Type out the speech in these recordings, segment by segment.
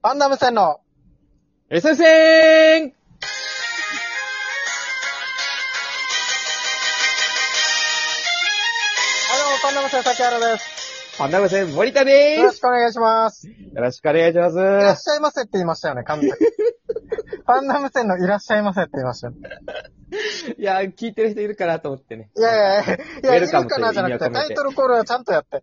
パンダム線の、 先生パンダム線崎原です。 パンダム線森田でよろしす。 くお願いします。 よろしくお願いしまいらっす。 しゃいませって言いましたよね、完全に。パンダム線のいらっしゃいませって言いましたよね。 いや、聞いてる人いるかなと思ってね。 いや、いるウェルカムかなじゃなくて、 という意味を込めてタイトルコールはちゃんとやって。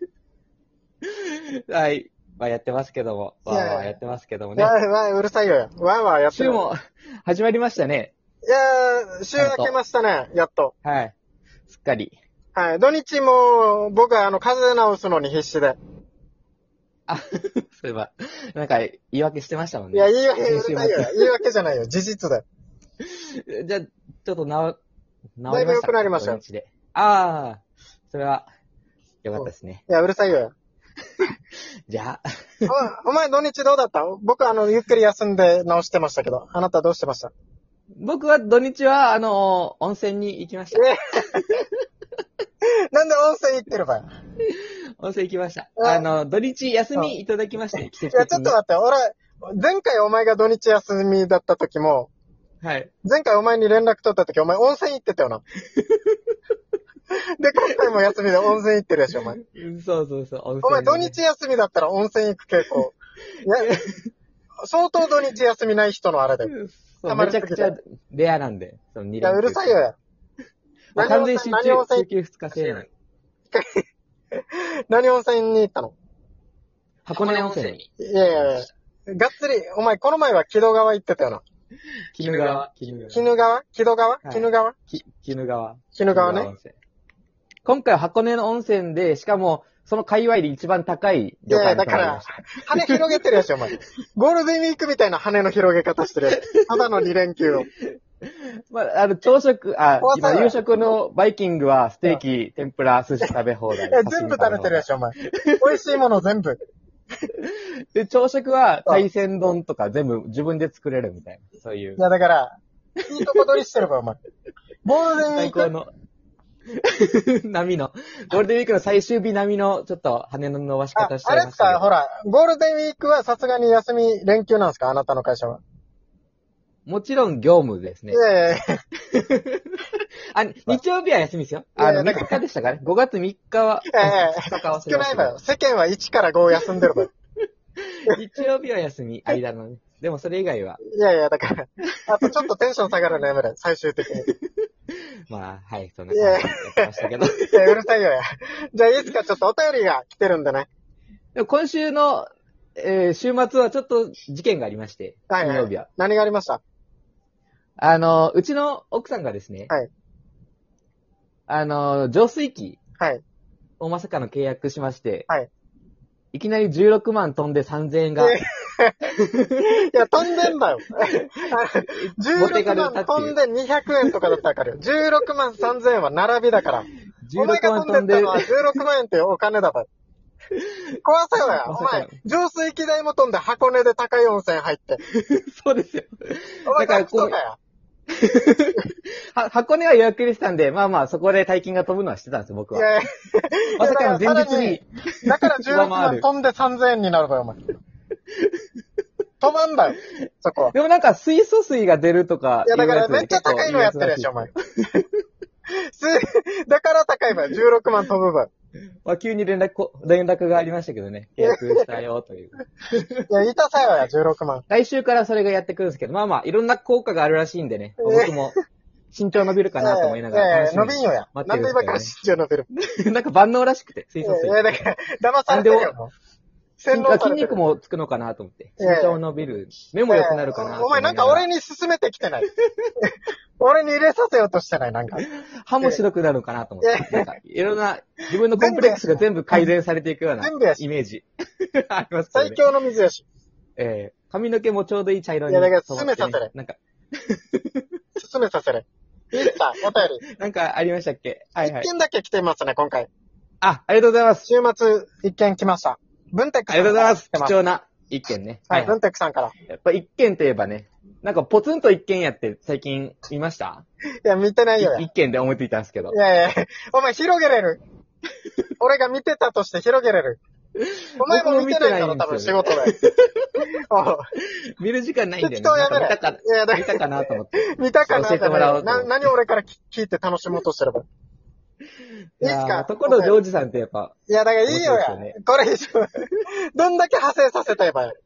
はい。まあやってますけども。 いやいややってますけどもいね。 や、うるさいよ。わーわーやってる。 週も始まりましたね。 いや週明けましたね、やっと。 はい。すっかり。 はい。土日も、僕は風邪治すのに必死で。 あ、そういえば、なんか言い訳してましたもんね。 いや、言い訳、うる先週さいよ。言い訳じゃないよ。事実だよ。 じゃあ、ちょっと治りました。 だいぶ良くなりましたよ土日で。ああ、それは、よかったですね。 いや、うるさいよ。 じゃあ、 お前土日どうだった？僕ゆっくり休んで直してましたけど、あなたどうしてました？ 僕は土日は、温泉に行きました。 なんで温泉行ってるばよ。 温泉行きました。 あ土日休みいただきまして、季いや、 節的に。 ちょっと待って、前回お前が土日休みだった時も、 はい。 前回お前に連絡取った時お前温泉行ってたよな。で、今回も休みで温泉行ってるでしょ、お前。 そうそうそう。温泉お前土日休みだったら温泉行く傾向。いや、相当土日休みない人のあれで。 そうめちゃくちゃレアなんで、その2 いや、うるさいよや。 完全集中、 何温泉週休2日制なん。 何温泉に行ったの？ 箱根温泉に。 いやいやいや。がっつり、お前この前は木戸川行ってたよな。 鬼怒川。 鬼怒川木戸川はい鬼怒川鬼怒川。 鬼怒川ね。 温泉今回は箱根の温泉で、しかも、その界隈で一番高い旅館にだから、羽広げてるやつお前。ゴールデンウィークみたいな羽の広げ方してるやつ。ただの2連休を。 まあ、朝食、 怖さよ今夕食のバイキングはステーキ、天ぷら、寿司食べ放題。 全部食べてるやつお前。美味しいもの全部。 で、朝食は海鮮丼とか全部自分で作れるみたいな。そういう。 いや、だから、いいとこ取りしてるわ、お前。ゴールデンウィーク最高の。波の、ゴールデンウィークの最終日並みの、ちょっと羽の伸ばし方しちゃいあれっすか、 ましたけど。 ほら、ゴールデンウィークはさすがに休み連休なんですか、あなたの会社は。 もちろん業務ですねい。やいやいや。 日曜日は休みですよ。 いやいや 3日でしたかね。5月3日は、 いやいや 2日か忘少れましたけどないわよ。世間は1から5休んでるわよ。 日曜日は休み、間のね。でもそれ以外は、 いやいや、だから、あとちょっとテンション下がるのやめろよ、最終的に。 まあ、はい、そんな感じでやってましたけど。 いや、うるさいよや。じゃあ、いつかちょっとお便りが来てるんでね。 でも今週の、週末はちょっと事件がありまして、 はい、 金曜日は。 何がありました？ うちの奥さんがですね、 はい。 浄水器はい。 をまさかの契約しまして、 はい。 いきなり16万飛んで3000円が、 いや、飛んでんだよ。 持ってか 16万れたっていう飛んで200円とかだったらわかるよ。16万3000円は並びだから。お前 16 が万飛んで飛んでったの、は16万円っていうお金だばい。怖さよや。おまさかの前、浄水器代も飛んで箱根で高い温泉入って。 そうですよ。 お前だからガキとかや。 箱根は予約でしたんで、まあまあそこで大金が飛ぶのは知ってたんですよ、僕は。 いやいやまさかの前日に、 だから16万飛んで3000円になるわよ、お前。飛ばんだよ、そこは。 でもなんか水素水が出るとかいや、だからめっちゃ結構高いのやってるでしょ、お前。だから高いわよ、16万飛ぶわよ。 まあ急に連絡がありましたけどね、契約したよという。 いや、痛さよや、16万。 来週からそれがやってくるんですけど、まあまあいろんな効果があるらしいんでね、僕も身長伸びるかなと思いながら楽しみに伸びんよや。 待なんで今から身長伸びる？ なんか万能らしくて、水素水。 いや、だから、騙されてるよ、もう。洗脳されてる。 筋肉もつくのかなと思って。身いやいや長伸びる。目も良くなるかなとお前なんか俺に勧めてきてない。俺に入れさせようとしてない、なんか。 歯も白くなるのかなと思っいやいて。なんか、いろんな、自分のコンプレックスが全部改善されていくような全部やしイメージ。ありますよね。 最強の水やし。 髪の毛もちょうどいい茶色に。 いやだから進めさせれなんか、 進めさせれ。いいっすか、お便り。 なんかありましたっけはいはい一。件だけ来てますね、今回。 ありがとうございます。 週末、一件来ました。文テックありがとうございます。 来て貴重な一件ね。 はい、文テックさんから。 やっぱ一件といえばね、なんかポツンと一件やって最近見ましたいや、見てないよや。い一件で思いついたんですけど。 やいや、お前広げれる。俺が見てたとして広げれる。 お前も見てないだろ、多分仕事で。 見る時間ないんだよね。 適当やめろ。 見たかなと思って。 見たかな教えてもらおうと。 何俺から聞いて楽しもうとしてれば。 いいっすか？ところジョージさんってやっぱ。 いや、だからいいよや。これ以上、どんだけ派生させたいばよ。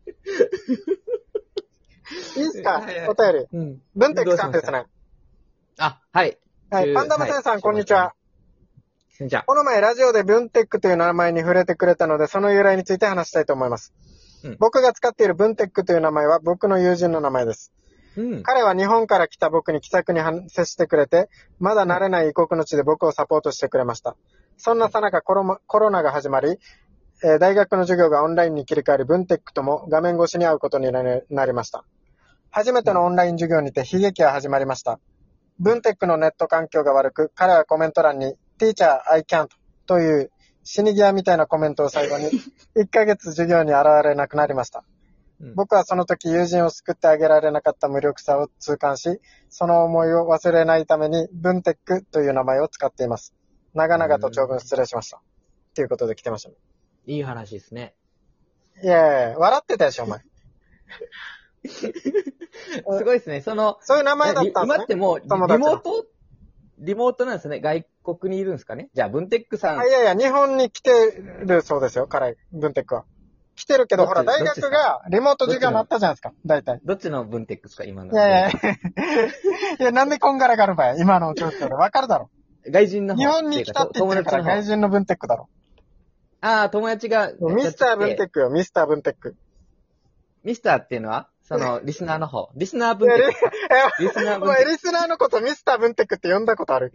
いいっすか？お便り。うん。文テックさんですね。 あ、はい。 はい。パンダムセンさん、こんにちは。 こんにちは。 この前、ラジオで文テックという名前に触れてくれたので、その由来について話したいと思います。僕が使っている文テックという名前は僕の友人の名前です。彼は日本から来た僕に気さくに接してくれて、まだ慣れない異国の地で僕をサポートしてくれました。そんなさなかコロナが始まり、大学の授業がオンラインに切り替わり、文テックとも画面越しに会うことになりました。初めてのオンライン授業にて悲劇は始まりました。文テックのネット環境が悪く、彼はコメント欄に Teacher, I can't という死に際みたいなコメントを最後に1ヶ月授業に現れなくなりました。僕はその時友人を救ってあげられなかった無力さを痛感し、その思いを忘れないために文テックという名前を使っています。長々と長文失礼しました。ということで来てましたね。 いい話ですね。 いやいや、笑ってたでしょ、お前。 すごいですね。 そういう名前だったんですね。 今ってもうリモートなんですね。外国にいるんですかね。じゃあ、文テックさん。 いやいや、日本に来てるそうですよ、彼、文テックは。来てるけど、ほら、大学がリモート授業になったじゃないですか、大体。 どっちの文テックですか、今の。 いや、なんでこんがらがるばや、今の状況で。わかるだろ。 外人の方。 日本に来たって言ってるから外人の文テックだろ。 ああ、友達が。 ミスター文テックよ、ミスター文テック。 ミスターっていうのはリスナーの方。リスナー文テック。 リスナー文テック。お前、リスナーのことミスター文テックって呼んだことある？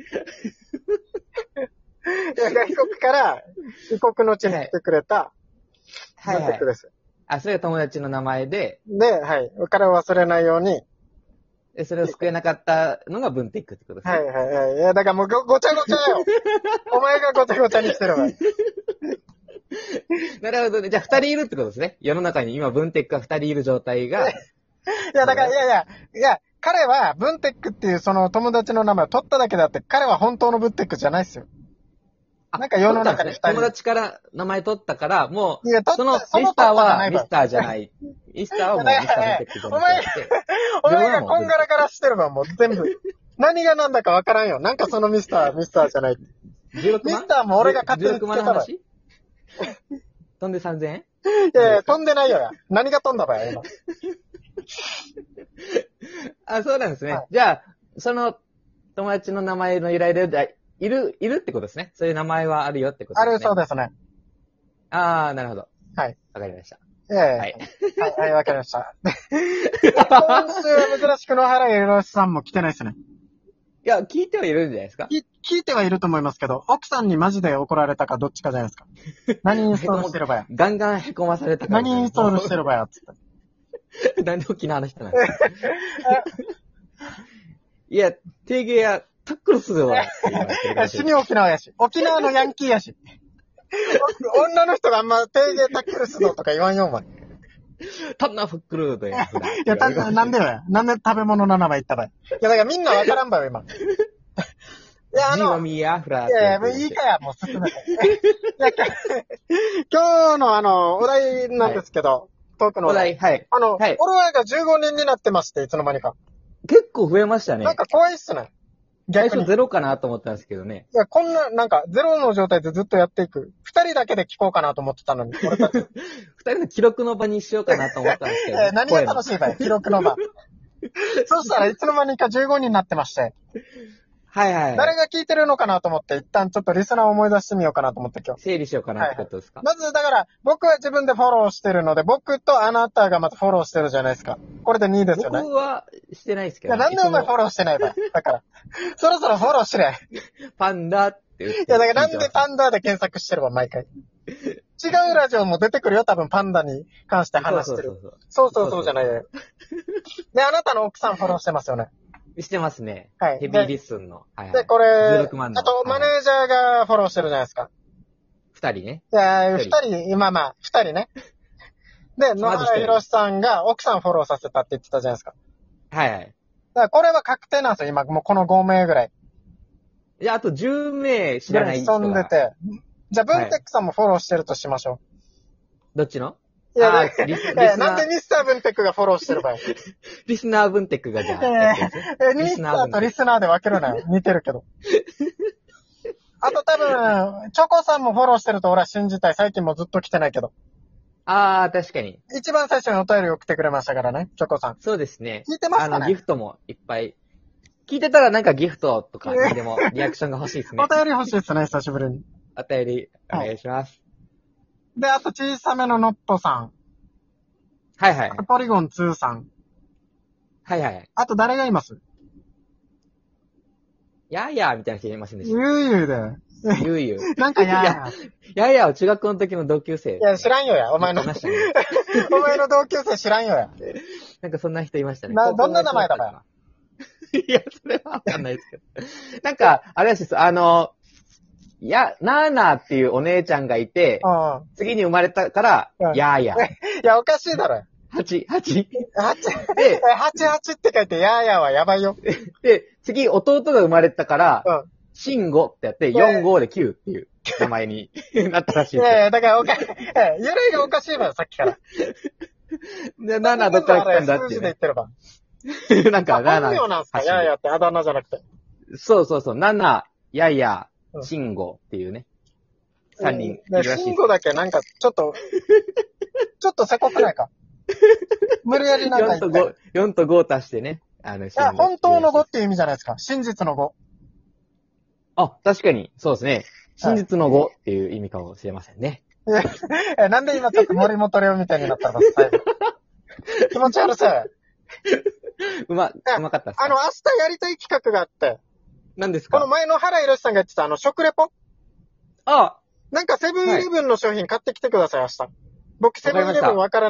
いや、外国から異国の地に来てくれた文テックです。 あ、それが友達の名前で。 で、はい。彼を忘れないように。 それを救えなかったのが文テックってことですね。 はい。いや、だからもうごちゃごちゃよ。お前がごちゃごちゃにしてるわ。 なるほどね。じゃあ、二人いるってことですね。世の中に今、文テックが二人いる状態が。 いや、だから、いや、彼は、文テックっていうその友達の名前を取っただけだって、彼は本当の文テックじゃないっすよ。なんか世の中に二人。 友達から名前取ったから、もう、 いや、 そのミスターはミスターじゃない。ミスターはもうミスター文テックじゃなくて。 お前がこんがらがらしてるわ、もう全部。何が何だかわからんよ。なんかそのミスターじゃない。ミスターも俺が勝手につけたら。 飛んで3000円？ いや、飛んでないよや。何が飛んだばや、今。 あ、そうなんですね。じゃあ、その友達の名前の由来で、いるってことですね。そういう名前はあるよってことですね。 あるそうですね。 ああ、なるほど。 はい。 わかりました。 はい、わかりました。今週は珍しく野原ゆろしさんも来てないですね。 いや、聞いてはいるんじゃないですか？ 聞いてはいると思いますけど、奥さんにマジで怒られたかどっちかじゃないですか。何インストールしてるばや。 ガンガン凹まされたか。 何インストールしてるばや、つって。なんで沖縄の人なんですか？いや、定芸やタックルするわ。 死に沖縄やし。沖縄のヤンキーやし。女の人があんま定芸タックルするのとか言わんよ、お前。 タンナフックルーとや。 いや、なんでよや。なんで食べ物の名前言ったばい。いや、だからみんなわからんばよ、今。いや、ジワミヤフラー。 いや、いいかや、もう進めて。今日のお題なんですけど、トークのお題、はい。 フォロワーが15人になってまして、いつの間にか。 結構増えましたね。 なんか怖いっすね。 最初ゼロかなと思ったんですけどね。 いや、こんな、なんか、ゼロの状態でずっとやっていく。二人だけで聞こうかなと思ってたのに。 二人の記録の場にしようかなと思ったんですけど。 何が楽しいかよ、記録の場。そしたらいつの間にか15人になってまして。 はいはい。 誰が聞いてるのかなと思って、一旦ちょっとリスナーを思い出してみようかなと思って今日。 整理しようかなってことですか？ まず、だから、僕は自分でフォローしてるので、僕とあなたがまずフォローしてるじゃないですか。これで2位ですよね。 僕はしてないですけど。 いや、なんでお前フォローしてないばい。だから。そろそろフォローしれ。 パンダって言って。 いや、だからなんでパンダで検索してるわ、毎回。違うラジオも出てくるよ、多分パンダに関して話してる。そうじゃないよ。で、あなたの奥さんフォローしてますよね。 してますね。 はい。 ヘビーリッスンの。 はい。で、これ、あと、マネージャーがフォローしてるじゃないですか。 二人ね。 いや、二人、まあ、二人ね。で、野原ひろしさんが奥さんフォローさせたって言ってたじゃないですか。 はいはい。 だからこれは確定なんですよ、今、もうこの5名ぐらい。 いや、あと10名知らない人が。 潜んでて。じゃあ、文テックさんもフォローしてるとしましょう。 どっちのいや、 リスナーなんでミスター文テックがフォローしてる場合。 リスナー文テックがじゃあやってるんですね。 ミスターとリスナーで分けるなよ。似てるけど。あと多分、チョコさんもフォローしてると俺は信じたい。最近もずっと来てないけど。 確かに。 一番最初にお便り送ってくれましたからね、チョコさん。 そうですね。 聞いてますかねギフトもいっぱい。聞いてたらなんかギフトとかでもリアクションが欲しいですね。 お便り欲しいですね、久しぶりに。 お便りお願いします。 で、あと小さめののっぽさん。 はいはい。 ポリゴン2さん。 はいはい。 あと誰がいます？ やーやーみたいな人いませんでした。 ゆうゆうで。 ゆうゆう。 なんかやーや。 やーやーは中学校の時の同級生。 いや、知らんよや。お前の、 いましたね。 お前の同級生知らんよや。 なんかそんな人いましたね。 どんな名前だかいや、それはわかんないですけど。なんか、あれらしいです。ナーナーっていうお姉ちゃんがいて、次に生まれたから、やーや。 いや、おかしいだろ。 8。 で、88って書いて、やーやーはやばいよ。 で、次、弟が生まれたから、シンゴってやって、4、5で9っていう名前になったらしいです。 いや、だから由来がおかしいのよ、さっきから。 で、7どっから来たんだって、 数字で言ってれば。 なんか、 7。本名なんすか？やーやーってあだ名じゃなくて。 そう。7、やや、シンゴっていうね。3人いるらしいです。 シンゴだけなんか、ちょっとせこくないか。無理やりなんか言って。 4と5足してね。 いや、本当の5っていう意味じゃないですか。真実の5。 確かに、そうですね。真実の5っていう意味かもしれませんね。 なんで今ちょっと森本レオみたいになったの？気持ち悪そう。 うまかったっすか？ 明日やりたい企画があって。 何ですか？ この前の原宏さんが言ってた食レポ？なんかセブンイレブンの商品買ってきてください、明日。僕セブンイレブンわからない。